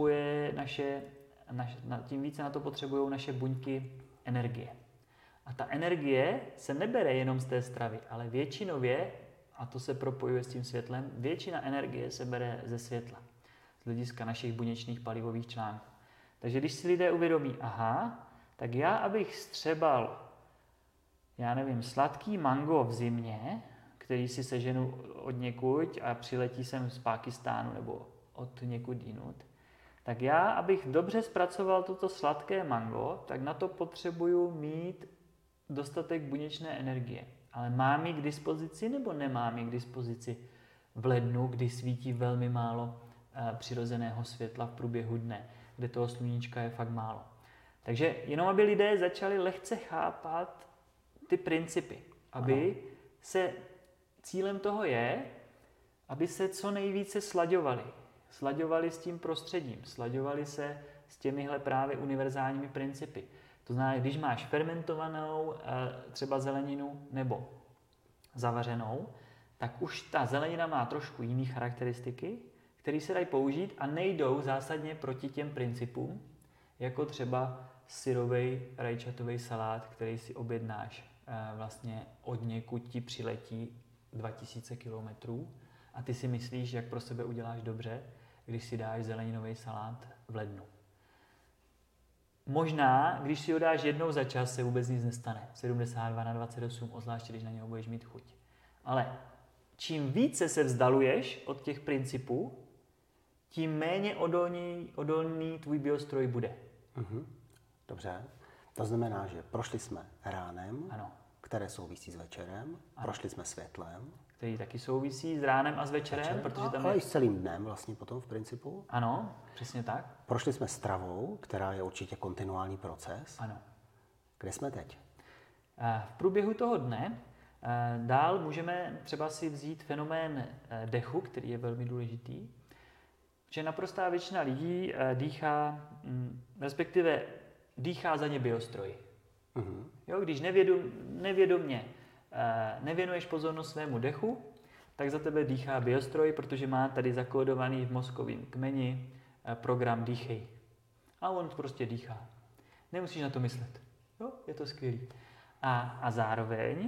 potřebují naše buňky energie. A ta energie se nebere jenom z té stravy, ale většinově, a to se propojuje s tím světlem, většina energie se bere ze světla, z hlediska našich buněčných palivových článků. Takže když si lidé uvědomí, aha, tak já, abych střebal, sladký mango v zimě, který si seženu od někud a přiletí sem z Pákistánu nebo od někud jinut, tak já, abych dobře zpracoval toto sladké mango, tak na to potřebuju mít dostatek buněčné energie. Ale mám ji k dispozici nebo nemám ji k dispozici v lednu, kdy svítí velmi málo přirozeného světla v průběhu dne, kde toho sluníčka je fakt málo. Takže jenom aby lidé začali lehce chápat ty principy, aby se cílem toho je, aby se co nejvíce slaďovali s tím prostředím, slaďovali se s těmihle právě univerzálními principy. To znamená, když máš fermentovanou třeba zeleninu nebo zavařenou, tak už ta zelenina má trošku jiné charakteristiky, které se dají použít a nejdou zásadně proti těm principům, jako třeba syrovej rajčatový salát, který si objednáš vlastně od někud ti přiletí 2000 kilometrů a ty si myslíš, jak pro sebe uděláš dobře, když si dáš zeleninový salát v lednu. Možná, když si ho dáš jednou za čas, se vůbec nic nestane. 72/28, obzvláště když na něho budeš mít chuť. Ale čím více se vzdaluješ od těch principů, tím méně odolný tvůj biostroj bude. Dobře. To znamená, že prošli jsme ránem, ano, které souvisí s večerem, ano, prošli jsme světlem, který taky souvisí s ránem a s večerem, protože tam ale i s celým dnem vlastně potom v principu. Ano, přesně tak. Prošli jsme stravou, která je určitě kontinuální proces. Ano. Kde jsme teď? V průběhu toho dne dál můžeme třeba si vzít fenomén dechu, který je velmi důležitý, že naprostá většina lidí dýchá, respektive dýchá za ně biostroj. Jo, když nevědomně nevěnuješ pozornost svému dechu, tak za tebe dýchá biostroj, protože má tady zakódovaný v mozkovém kmeni program dýchej. A on prostě dýchá. Nemusíš na to myslet. Jo, je to skvělý. A zároveň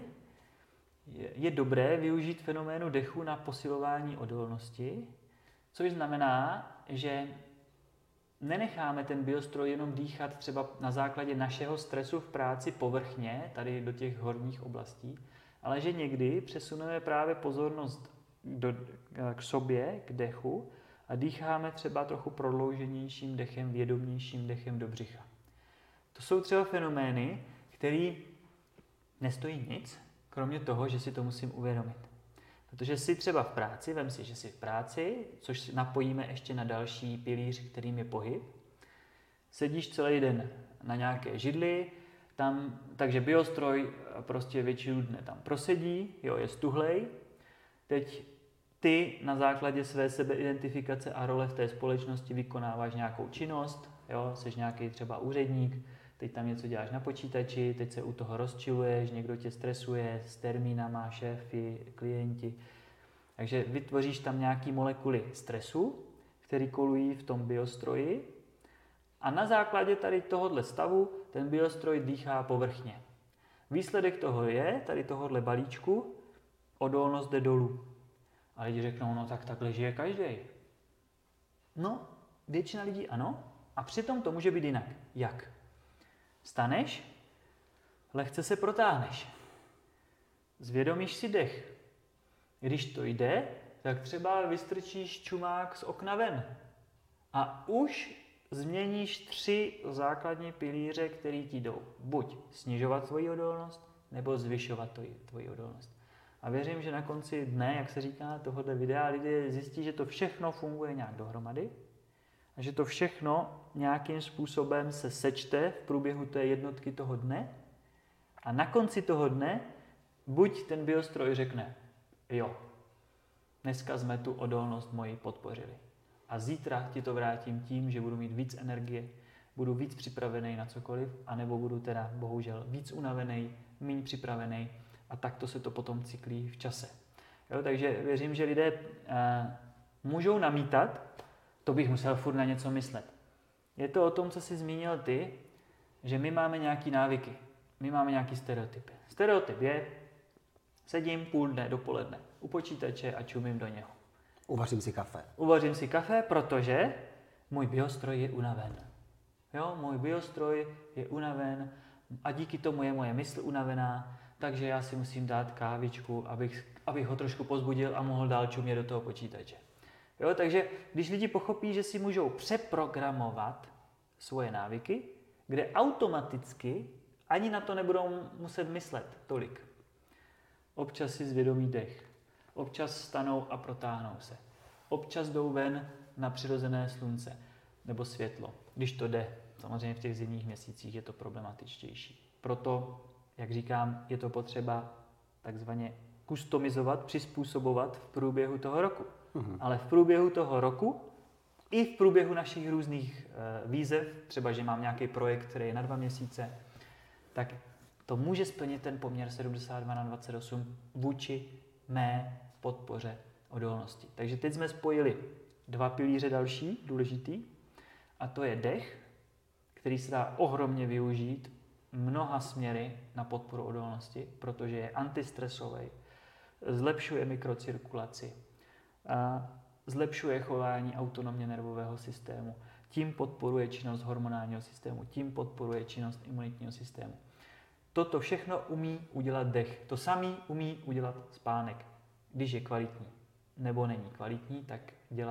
je dobré využít fenoménu dechu na posilování odolnosti, což znamená, že nenecháme ten biostroj jenom dýchat třeba na základě našeho stresu v práci povrchně, tady do těch horních oblastí, ale že někdy přesuneme právě pozornost k sobě, k dechu a dýcháme třeba trochu prodlouženějším dechem, vědomějším dechem do břicha. To jsou třeba fenomény, které nestojí nic, kromě toho, že si to musím uvědomit. Protože jsi třeba v práci, vem si, že jsi v práci, což napojíme ještě na další pilíř, kterým je pohyb. Sedíš celý den na nějaké židli, takže biostroj prostě většinu dne tam prosedí, jo, je stuhlej. Teď ty na základě své sebeidentifikace a role v té společnosti vykonáváš nějakou činnost, jo, jsi nějaký třeba úředník, teď tam něco děláš na počítači, teď se u toho rozčiluješ, někdo tě stresuje s termínama, šéfy, klienti. Takže vytvoříš tam nějaké molekuly stresu, které kolují v tom biostroji a na základě tady tohohle stavu ten biostroj dýchá povrchně. Výsledek toho je, tady tohohle balíčku, odolnost jde dolů. A lidi řeknou, no tak takhle žije každý. No, většina lidí ano, a přitom to může být jinak. Jak? Vstaneš, lehce se protáhneš. Zvědomíš si dech. Když to jde, tak třeba vystrčíš čumák z okna ven. A už změníš 3 základní pilíře, které ti jdou. Buď snižovat tvoji odolnost, nebo zvyšovat tvoji odolnost. A věřím, že na konci dne, jak se říká tohoto videa, lidé zjistí, že to všechno funguje nějak dohromady a že to všechno nějakým způsobem se sečte v průběhu té jednotky toho dne a na konci toho dne buď ten biostroj řekne, jo, dneska jsme tu odolnost moji podpořili a zítra ti to vrátím tím, že budu mít víc energie, budu víc připravený na cokoliv, anebo budu teda bohužel víc unavený, méně připravený A takto se to potom cyklí v čase. Jo, takže věřím, že lidé můžou namítat, to bych musel furt na něco myslet. Je to o tom, co jsi zmínil ty, že my máme nějaký návyky, my máme nějaký stereotypy. Stereotyp je, sedím půl dne dopoledne u počítače a čumím do něho. Uvařím si kafe, Protože můj biostroj je unaven. Jo, můj biostroj je unaven a díky tomu je moje mysl unavená, takže já si musím dát kávičku, abych ho trošku pozbudil a mohl dál čumět do toho počítače. Jo, takže když lidi pochopí, že si můžou přeprogramovat svoje návyky, kde automaticky ani na to nebudou muset myslet tolik. Občas si zvědomí dech, občas stanou a protáhnou se. Občas jdou ven na přirozené slunce nebo světlo, když to jde. Samozřejmě v těch zimních měsících je to problematičtější. Proto, jak říkám, je to potřeba takzvaně customizovat, přizpůsobovat v průběhu toho roku. Ale v průběhu toho roku i v průběhu našich různých výzev, třeba že mám nějaký projekt, který je na 2 měsíce, tak to může splnit ten poměr 72/28 vůči mé podpoře odolnosti. Takže teď jsme spojili 2 pilíře další, důležitý, a to je dech, který se dá ohromně využít mnoha směry na podporu odolnosti, protože je antistresový, zlepšuje mikrocirkulaci, zlepšuje chování autonomně nervového systému, tím podporuje činnost hormonálního systému, tím podporuje činnost imunitního systému. Toto všechno umí udělat dech. To samý umí udělat spánek, když je kvalitní. Nebo není kvalitní, tak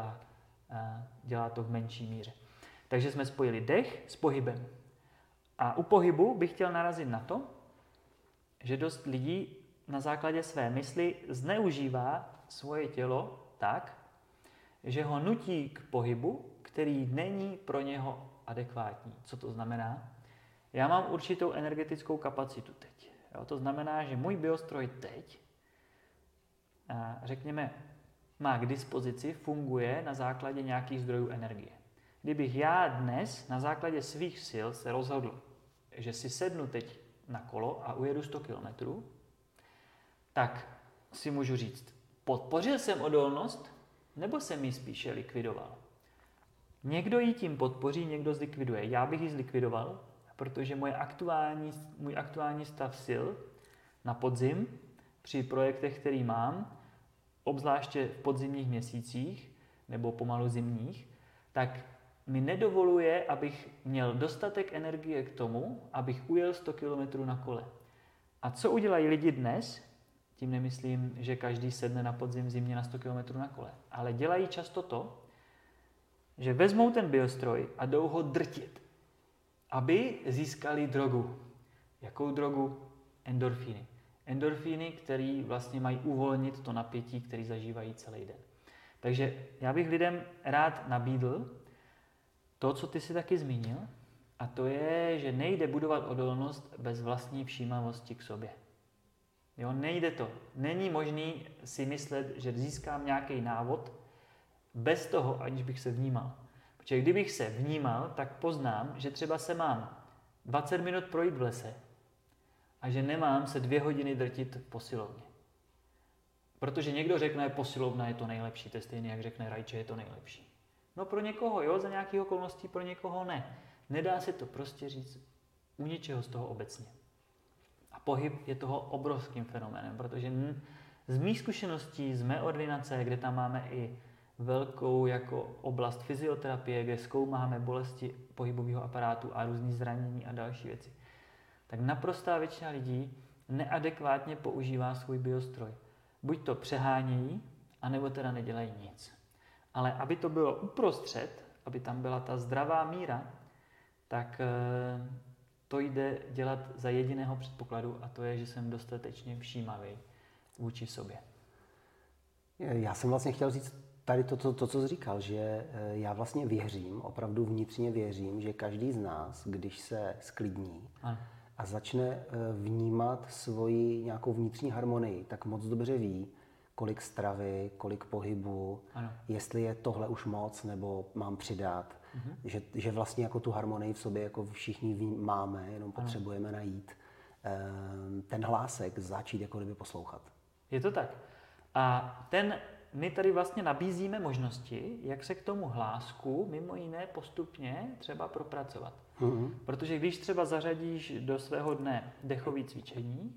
dělá to v menší míře. Takže jsme spojili dech s pohybem. A u pohybu bych chtěl narazit na to, že dost lidí na základě své mysli zneužívá svoje tělo tak, že ho nutí k pohybu, který není pro něho adekvátní. Co to znamená? Já mám určitou energetickou kapacitu teď. Jo, to znamená, že můj biostroj teď, řekněme, má k dispozici, funguje na základě nějakých zdrojů energie. Kdybych já dnes na základě svých sil se rozhodl, že si sednu teď na kolo a ujedu 100 km, tak si můžu říct, podpořil jsem odolnost, nebo jsem ji spíše likvidoval. Někdo ji tím podpoří, někdo zlikviduje. Já bych ji zlikvidoval, protože můj aktuální stav sil na podzim při projektech, který mám, obzvláště v podzimních měsících nebo pomalu zimních, tak mi nedovoluje, abych měl dostatek energie k tomu, abych ujel 100 km na kole. A co udělají lidi dnes? Tím nemyslím, že každý sedne na podzim v zimě na 100 km na kole, ale dělají často to, že vezmou ten biostroj a jdou ho drtit, aby získali drogu. Jakou drogu? Endorfíny. Endorfíny, které vlastně mají uvolnit to napětí, které zažívají celý den. Takže já bych lidem rád nabídl to, co ty si taky zmínil, a to je, že nejde budovat odolnost bez vlastní všímavosti k sobě. Jo, nejde to. Není možný si myslet, že získám nějaký návod bez toho, aniž bych se vnímal. Protože kdybych se vnímal, tak poznám, že třeba se mám 20 minut projít v lese a že nemám se 2 hodiny drtit v posilovně. Protože někdo řekne, posilovna je to nejlepší, to je stejné, jak řekne rajče je to nejlepší. No pro někoho jo, za nějakých okolností, pro někoho ne. Nedá se to prostě říct u ničeho z toho obecně. A pohyb je toho obrovským fenoménem, protože z mých zkušeností, z mé ordinace, kde tam máme i velkou jako oblast fyzioterapie, kde zkoumáme bolesti pohybového aparátu a různý zranění a další věci, tak naprostá většina lidí neadekvátně používá svůj biostroj. Buď to přehánějí, anebo teda nedělají nic. Ale aby to bylo uprostřed, aby tam byla ta zdravá míra, tak to jde dělat za jediného předpokladu, a to je, že jsem dostatečně všímavý vůči sobě. Já jsem vlastně chtěl říct tady to, co jsi říkal, že já vlastně věřím, opravdu vnitřně věřím, že každý z nás, když se sklidní a začne vnímat svoji nějakou vnitřní harmonii, tak moc dobře ví, kolik stravy, kolik pohybu, jestli je tohle už moc, nebo mám přidat. Že vlastně jako tu harmonii v sobě jako všichni máme, jenom potřebujeme najít. ten hlásek začít jako kdyby poslouchat. Je to tak. A my tady vlastně nabízíme možnosti, jak se k tomu hlásku mimo jiné postupně třeba propracovat. Protože když třeba zařadíš do svého dne dechové cvičení,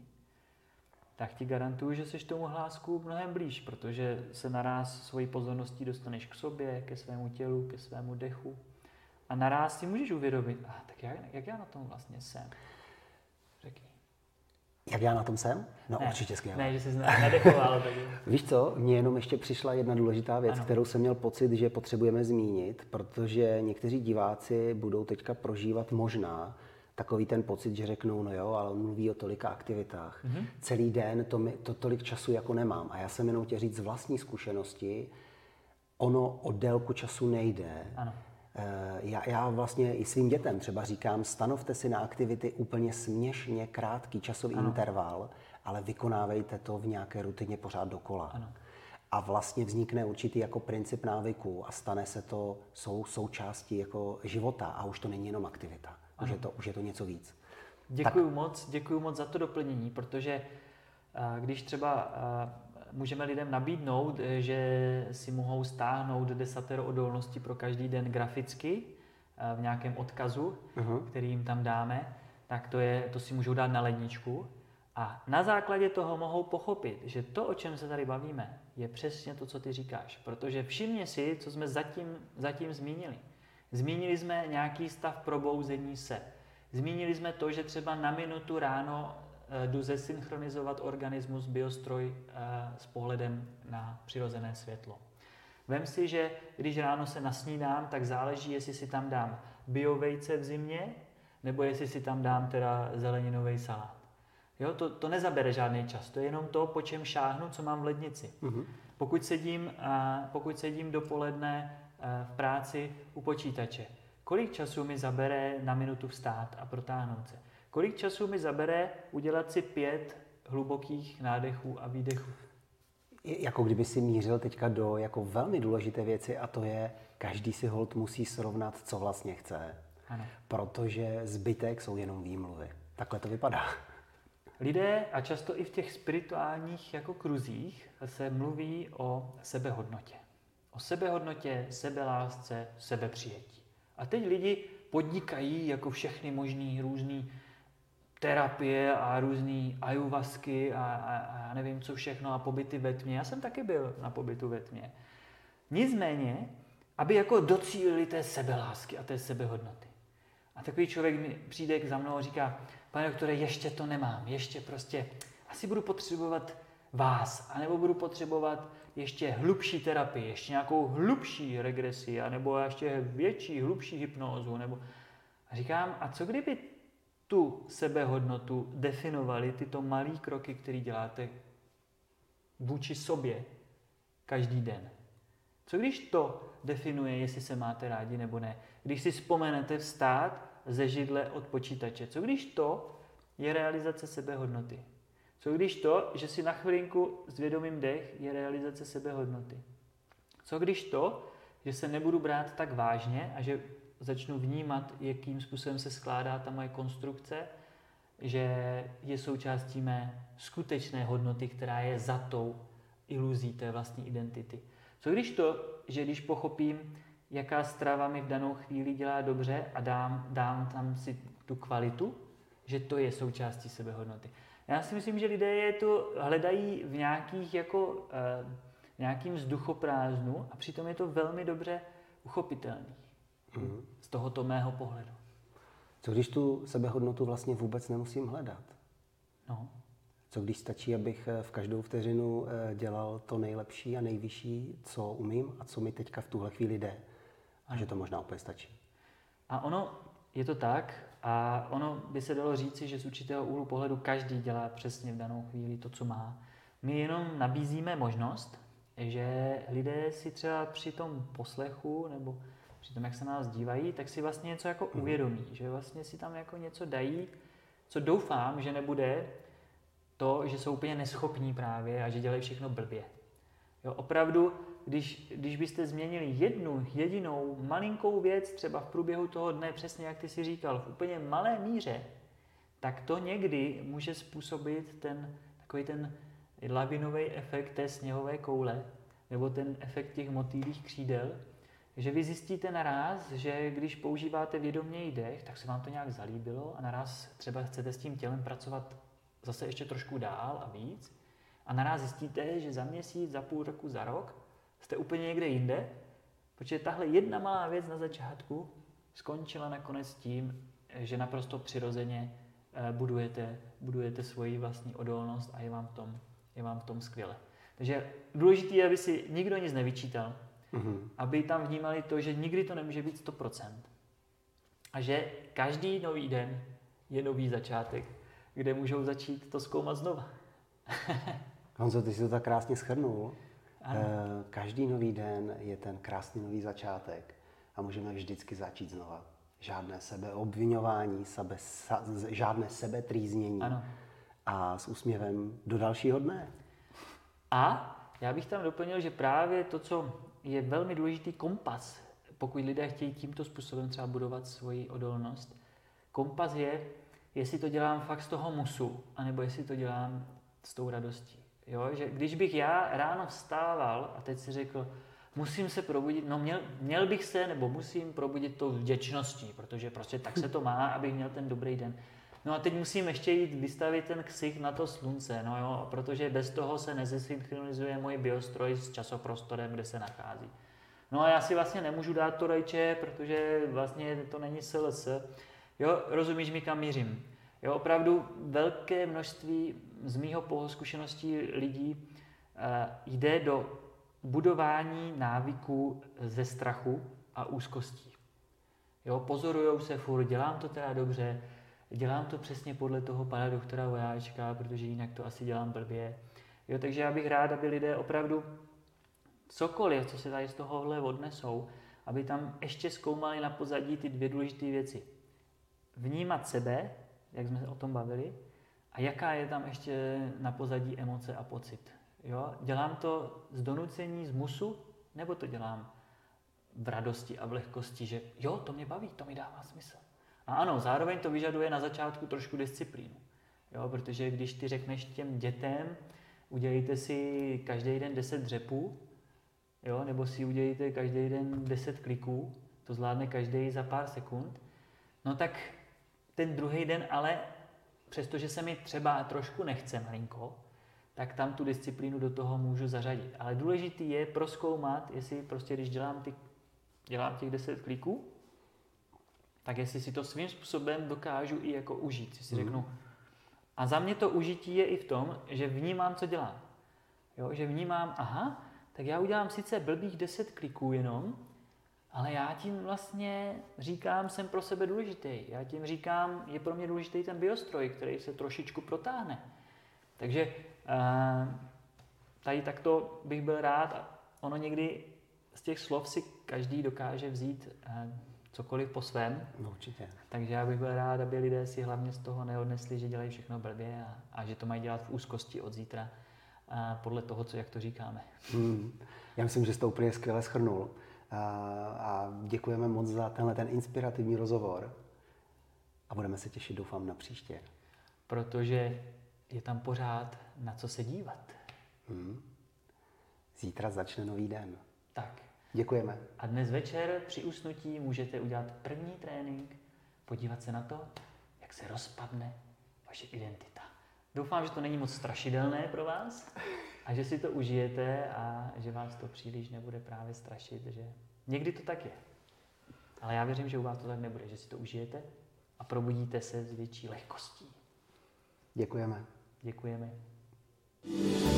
tak ti garantuju, že jsi tomu hlásku mnohem blíž, protože se naráz svojí pozorností dostaneš k sobě, ke svému tělu, ke svému dechu. A naráz si můžeš uvědomit, tak jak já na tom vlastně jsem? Řekni. Jak já na tom jsem? No ne, určitě skvěle. Ne, že jsi nadechoval. Víš co, mně jenom ještě přišla jedna důležitá věc, ano. kterou jsem měl pocit, že potřebujeme zmínit, protože někteří diváci budou teďka prožívat možná takový ten pocit, že řeknou, no jo, ale on mluví o tolika aktivitách. Celý den to tolik času jako nemám. A já jsem jenom chtěl říct z vlastní zkušenosti, ono o délku času nejde. Ano. Já vlastně i svým dětem třeba říkám, stanovte si na aktivity úplně směšně krátký časový interval, ale vykonávejte to v nějaké rutině pořád dokola. Ano. A vlastně vznikne určitý jako princip návyku a stane se to součástí jako života a už to není jenom aktivita. Už je to něco víc. Děkuju moc za to doplnění, protože když třeba můžeme lidem nabídnout, že si mohou stáhnout 10 odolností pro každý den graficky v nějakém odkazu, který jim tam dáme, tak to si můžou dát na ledničku a na základě toho mohou pochopit, že to, o čem se tady bavíme, je přesně to, co ty říkáš. Protože všimni si, co jsme zatím zmínili. Zmínili jsme nějaký stav probouzení se. Zmínili jsme to, že třeba na minutu ráno jdu zesynchronizovat organismus, biostroj s pohledem na přirozené světlo. Vem si, že když ráno se nasnídám, tak záleží, jestli si tam dám biovejce v zimě, nebo jestli si tam dám teda zeleninový salát. Jo, to nezabere žádný čas, to je jenom to, po čem šáhnu, co mám v lednici. Pokud sedím dopoledne v práci u počítače, kolik času mi zabere na minutu vstát a protáhnout se? Kolik času mi zabere udělat si 5 hlubokých nádechů a výdechů? Jako kdyby si mířil teďka do jako velmi důležité věci a to je, každý si holt musí srovnat, co vlastně chce. Ano. Protože zbytek jsou jenom výmluvy. Takhle to vypadá. Lidé a často i v těch spirituálních jako kruzích se mluví o sebehodnotě. O sebehodnotě, sebelásce, sebepřijetí. A teď lidi podnikají jako všechny možný různý terapie a různý ajuvasky a nevím co všechno a pobyty ve tmě. Já jsem taky byl na pobytu ve tmě. Nicméně, aby jako docílili té sebelásky a té sebehodnoty. A takový člověk mi přijde za mnou a říká, pane doktore, ještě to nemám, ještě prostě asi budu potřebovat vás, anebo budu potřebovat ještě hlubší terapii, ještě nějakou hlubší regresi, anebo ještě větší, hlubší hypnózu. A říkám, a co kdyby tu sebehodnotu definovali tyto malé kroky, které děláte vůči sobě každý den? Co když to definuje, jestli se máte rádi nebo ne? Když si vzpomenete vstát ze židle od počítače. Co když to je realizace sebehodnoty? Co když to, že si na chvilinku zvědomím dech, je realizace sebehodnoty? Co když to, že se nebudu brát tak vážně a že začnu vnímat, jakým způsobem se skládá ta moje konstrukce, že je součástí mé skutečné hodnoty, která je za tou iluzí té vlastní identity? Co když to, že když pochopím, jaká strava mi v danou chvíli dělá dobře a dám tam si tu kvalitu, že to je součástí sebehodnoty? Já si myslím, že lidé je tu hledají v nějakým vzduchoprázdnu a přitom je to velmi dobře uchopitelný. Z tohoto mého pohledu. Co když tu sebehodnotu vlastně vůbec nemusím hledat? No. Co když stačí, abych v každou vteřinu dělal to nejlepší a nejvyšší, co umím a co mi teďka v tuhle chvíli jde? A že to možná úplně stačí. A ono je to tak a ono by se dalo říci, že z určitého úhlu pohledu každý dělá přesně v danou chvíli to, co má. My jenom nabízíme možnost, že lidé si třeba při tom poslechu nebo při tom, jak se na nás dívají, tak si vlastně něco jako uvědomí, že vlastně si tam jako něco dají, co doufám, že nebude to, že jsou úplně neschopní právě a že dělají všechno blbě. Jo, opravdu, když byste změnili jednu jedinou malinkou věc, třeba v průběhu toho dne, přesně jak ty si říkal, v úplně malé míře, tak to někdy může způsobit takový ten lavinový efekt té sněhové koule, nebo ten efekt těch motýlích křídel, že vy zjistíte naraz, že když používáte vědoměji dech, tak se vám to nějak zalíbilo a naraz třeba chcete s tím tělem pracovat zase ještě trošku dál a víc a naraz zjistíte, že za měsíc, za půl roku, za rok jste úplně někde jinde, protože tahle jedna malá věc na začátku skončila nakonec tím, že naprosto přirozeně budujete svoji vlastní odolnost a je vám v tom skvěle. Takže důležité je, aby si nikdo nic nevyčítal, aby tam vnímali to, že nikdy to nemůže být 100%. A že každý nový den je nový začátek, kde můžou začít to zkoumat znova. Honzo, ty jsi to tak krásně shrnul. Každý nový den je ten krásný nový začátek a můžeme vždycky začít znova. Žádné sebeobviňování, žádné sebetrýznění. Ano. A s úsměvem do dalšího dne. A já bych tam doplnil, že právě to, co je velmi důležitý kompas, pokud lidé chtějí tímto způsobem třeba budovat svoji odolnost, kompas je, jestli to dělám fakt z toho musu, anebo jestli to dělám s tou radostí. Jo? Že když bych já ráno vstával a teď si řekl, musím se probudit, no měl bych se, nebo musím probudit tou vděčností, protože prostě tak se to má, abych měl ten dobrý den. No a teď musím ještě jít vystavit ten ksich na to slunce, no jo, protože bez toho se nezesynchronizuje můj biostroj s časoprostorem, kde se nachází. No a já si vlastně nemůžu dát to rajče, protože vlastně to není SLS. Jo, rozumíš mi, kam mířím? Jo, opravdu velké množství z mýho zkušeností lidí jde do budování návyků ze strachu a úzkostí. Jo, pozorujou se furt, dělám to teda dobře, dělám to přesně podle toho pana doktora Vojáčka, protože jinak to asi dělám blbě. Jo, takže já bych rád, aby lidé opravdu cokoliv, co se tady z tohohle odnesou, aby tam ještě zkoumali na pozadí ty dvě důležité věci. Vnímat sebe, jak jsme se o tom bavili, a jaká je tam ještě na pozadí emoce a pocit. Jo? Dělám to z donucení, z musu, nebo to dělám v radosti a v lehkosti, že jo, to mě baví, to mi dává smysl. A ano, zároveň to vyžaduje na začátku trošku disciplínu. Jo? Protože když ty řekneš těm dětem, udělejte si každý den 10 dřepů, jo? Nebo si udělejte každý den 10 kliků, to zvládne každý za pár sekund, no tak ten druhý den ale, přestože se mi třeba trošku nechce malinko, tak tam tu disciplínu do toho můžu zařadit. Ale důležitý je prozkoumat, jestli prostě, když dělám těch 10 kliků, tak jestli si to svým způsobem dokážu i jako užít. Si řeknu. A za mě to užití je i v tom, že vnímám, co dělám. Jo, že vnímám, aha, tak já udělám sice blbých 10 kliků jenom, ale já tím vlastně říkám, jsem pro sebe důležitý. Já tím říkám, je pro mě důležitý ten biostroj, který se trošičku protáhne. Takže tady takto bych byl rád. A ono někdy z těch slov si každý dokáže vzít cokoliv po svém. No, určitě. Takže já bych byl rád, aby lidé si hlavně z toho neodnesli, že dělají všechno blbě a že to mají dělat v úzkosti od zítra podle toho, jak to říkáme. Já myslím, že jsi to úplně skvěle shrnul. A děkujeme moc za tenhle ten inspirativní rozhovor a budeme se těšit, doufám, na příště. Protože je tam pořád na co se dívat. Zítra začne nový den. Tak. Děkujeme. A dnes večer při usnutí můžete udělat první trénink, podívat se na to, jak se rozpadne vaše identita. Doufám, že to není moc strašidelné pro vás a že si to užijete a že vás to příliš nebude právě strašit, že někdy to tak je. Ale já věřím, že u vás to tak nebude, že si to užijete a probudíte se s větší lehkostí. Děkujeme. Děkujeme.